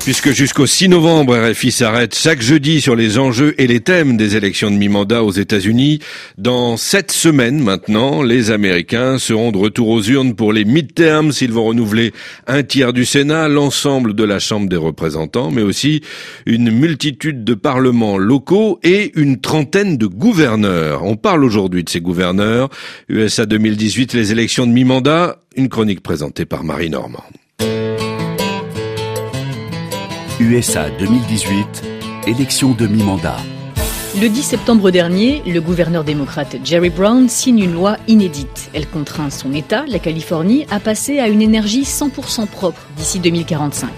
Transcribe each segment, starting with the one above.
Puisque jusqu'au 6 novembre, RFI s'arrête chaque jeudi sur les enjeux et les thèmes des élections de mi-mandat aux États-Unis. Dans 7 semaines maintenant, les Américains seront de retour aux urnes pour les midterms. Ils vont renouveler un tiers du Sénat, l'ensemble de la Chambre des représentants, mais aussi une multitude de parlements locaux et une trentaine de gouverneurs. On parle aujourd'hui de ces gouverneurs. USA 2018, les élections de mi-mandat, une chronique présentée par Marie Normand. USA 2018, élection de mi-mandat. Le 10 septembre dernier, le gouverneur démocrate Jerry Brown signe une loi inédite. Elle contraint son État, la Californie, à passer à une énergie 100% propre d'ici 2045.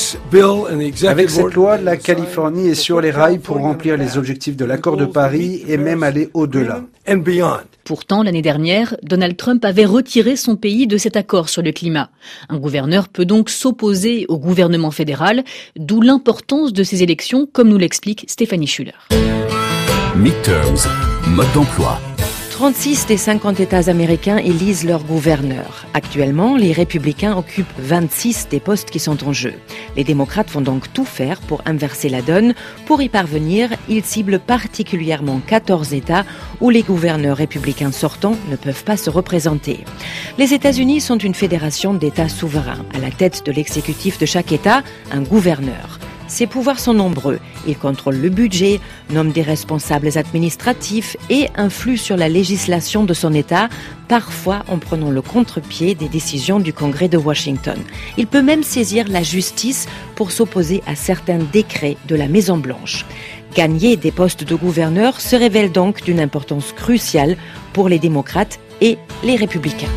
Avec cette loi, la Californie est sur les rails pour remplir les objectifs de l'accord de Paris et même aller au-delà. Pourtant, l'année dernière, Donald Trump avait retiré son pays de cet accord sur le climat. Un gouverneur peut donc s'opposer au gouvernement fédéral, d'où l'importance de ces élections, comme nous l'explique Stéphanie Schuller. Midterms, mode d'emploi. 36 des 50 États américains élisent leurs gouverneurs. Actuellement, les républicains occupent 26 des postes qui sont en jeu. Les démocrates vont donc tout faire pour inverser la donne. Pour y parvenir, ils ciblent particulièrement 14 États où les gouverneurs républicains sortants ne peuvent pas se représenter. Les États-Unis sont une fédération d'États souverains. À la tête de l'exécutif de chaque État, un gouverneur. Ses pouvoirs sont nombreux. Il contrôle le budget, nomme des responsables administratifs et influe sur la législation de son État, parfois en prenant le contre-pied des décisions du Congrès de Washington. Il peut même saisir la justice pour s'opposer à certains décrets de la Maison-Blanche. Gagner des postes de gouverneur se révèle donc d'une importance cruciale pour les démocrates et les républicains.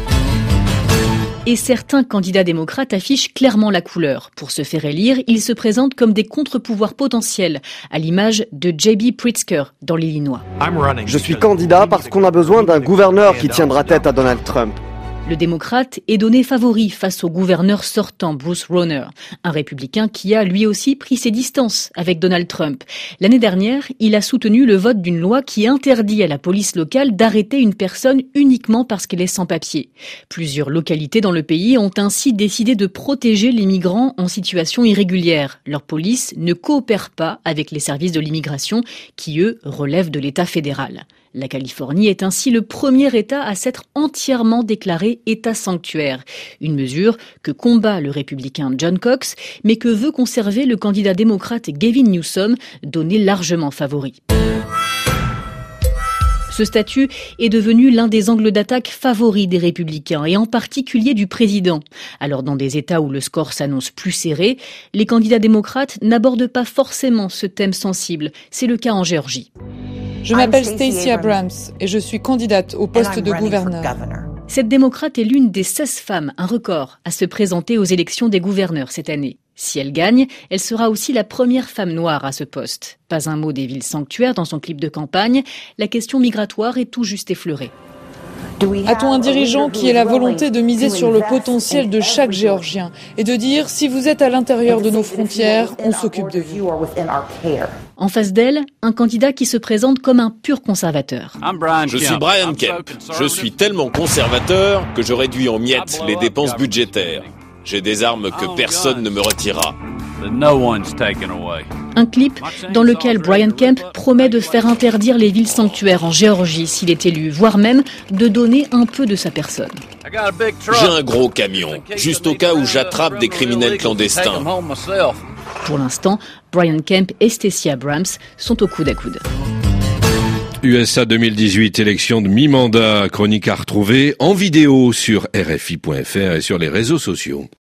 Et certains candidats démocrates affichent clairement la couleur. Pour se faire élire, ils se présentent comme des contre-pouvoirs potentiels, à l'image de J.B. Pritzker dans l'Illinois. Je suis candidat parce qu'on a besoin d'un gouverneur qui tiendra tête à Donald Trump. Le démocrate est donné favori face au gouverneur sortant Bruce Rauner, un républicain qui a lui aussi pris ses distances avec Donald Trump. L'année dernière, il a soutenu le vote d'une loi qui interdit à la police locale d'arrêter une personne uniquement parce qu'elle est sans papier. Plusieurs localités dans le pays ont ainsi décidé de protéger les migrants en situation irrégulière. Leur police ne coopère pas avec les services de l'immigration qui, eux, relèvent de l'État fédéral. La Californie est ainsi le premier État à s'être entièrement déclaré État sanctuaire. Une mesure que combat le républicain John Cox, mais que veut conserver le candidat démocrate Gavin Newsom, donné largement favori. Ce statut est devenu l'un des angles d'attaque favoris des républicains et en particulier du président. Alors dans des États où le score s'annonce plus serré, les candidats démocrates n'abordent pas forcément ce thème sensible. C'est le cas en Géorgie. Je m'appelle Stacey Abrams et je suis candidate au poste de gouverneur. Cette démocrate est l'une des 16 femmes, un record, à se présenter aux élections des gouverneurs cette année. Si elle gagne, elle sera aussi la première femme noire à ce poste. Pas un mot des villes sanctuaires dans son clip de campagne, la question migratoire est tout juste effleurée. A-t-on un dirigeant qui ait la volonté de miser sur le potentiel de chaque Géorgien et de dire « si vous êtes à l'intérieur de nos frontières, on s'occupe de vous ». En face d'elle, un candidat qui se présente comme un pur conservateur. Je suis Brian Kemp. Je suis tellement conservateur que je réduis en miettes les dépenses budgétaires. J'ai des armes que personne ne me retirera. Un clip dans lequel Brian Kemp promet de faire interdire les villes sanctuaires en Géorgie s'il est élu, voire même de donner un peu de sa personne. J'ai un gros camion, juste au cas où j'attrape des criminels clandestins. Pour l'instant, Brian Kemp et Stacey Abrams sont au coude à coude. USA 2018, élection de mi-mandat, chronique à retrouver en vidéo sur RFI.fr et sur les réseaux sociaux.